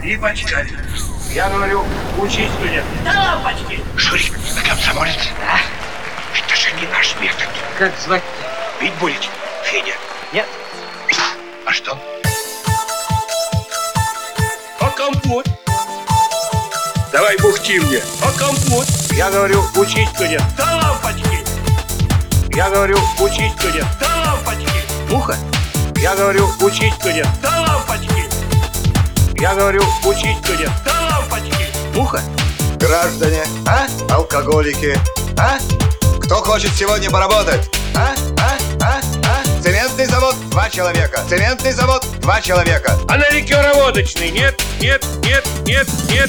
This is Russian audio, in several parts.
И почитали. Я говорю, учись, студент. Да, лампочки! Шурик, вы комсомолец? Да. Это же не наш метод. Как звать-то? Пить будете, Федя? Нет. А что? А компот? Давай бухти мне. А компот? Я говорю, учись, студент. Да, лампочки! Я говорю, учись, студент. Да, лампочки! Муха? Я говорю, учись, студент. Да, лампочки! Я говорю, учись, студент. Да, лампочки! Муха? Граждане, алкоголики, кто хочет сегодня поработать? Цементный завод 2 человека. Цементный завод 2 человека. А на ликероводочный? Нет, нет, нет, нет, нет.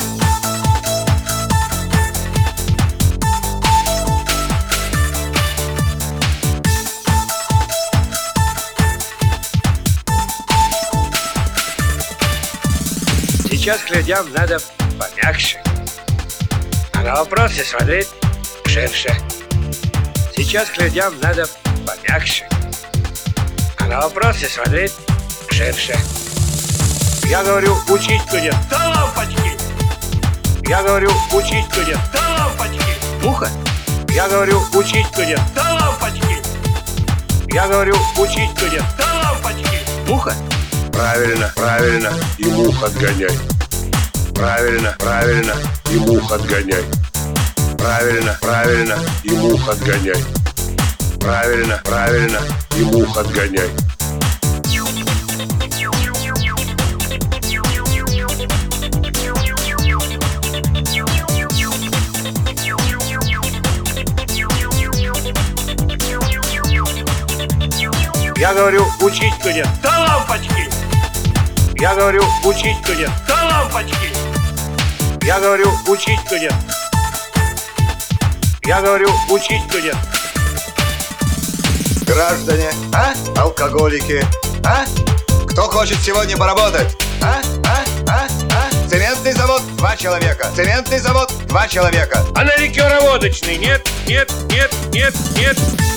Сейчас к людям надо помягче, а на вопросы смотреть ширше. Сейчас к людям надо помягче, а на вопросы смотреть ширше. Я говорю, учись, студент. Да, лампочки! Я говорю, учись, студент. Да, лампочки! Муха? Я говорю, учись, студент. Да, лампочки! Я говорю, учись, студент. Да, лампочки! Муха? Правильно, правильно, и мух отгоняй. Правильно, правильно, и мух отгоняй. Правильно, правильно, и мух отгоняй. Правильно, правильно, и мух отгоняй. Я говорю, учись, студент. Да, лампочки! Я говорю, учись, студент. Да, лампочки! Я говорю, учись, студент. Я говорю, учись, студент. Граждане, алкоголики, кто хочет сегодня поработать? Цементный завод 2 человека. Цементный завод 2 человека. А на ликероводочный? Нет, нет, нет, нет, нет.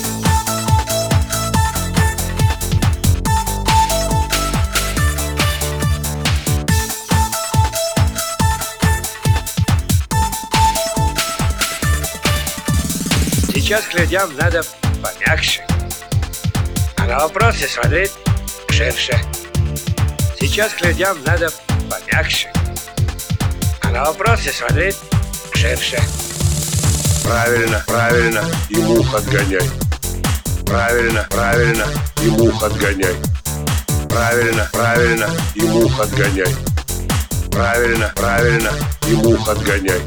Сейчас к людям надо помягче, а на вопросы смотреть ширше. Сейчас к людям надо помягче, а на вопросы смотреть ширше. Правильно, правильно, и мух отгоняй. Правильно, правильно, и мух отгоняй. Правильно, правильно, и мух отгоняй. Правильно, правильно, и мух отгоняй.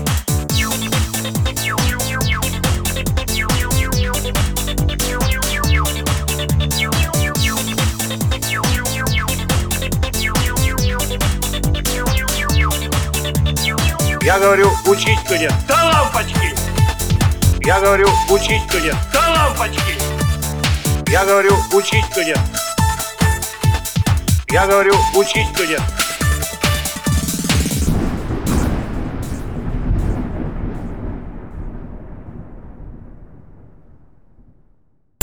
Я говорю, учись, студент. Да, лампочки! Я говорю, учись, студент. Да, лампочки! Я говорю, учись, студент. Я говорю, учись, студент.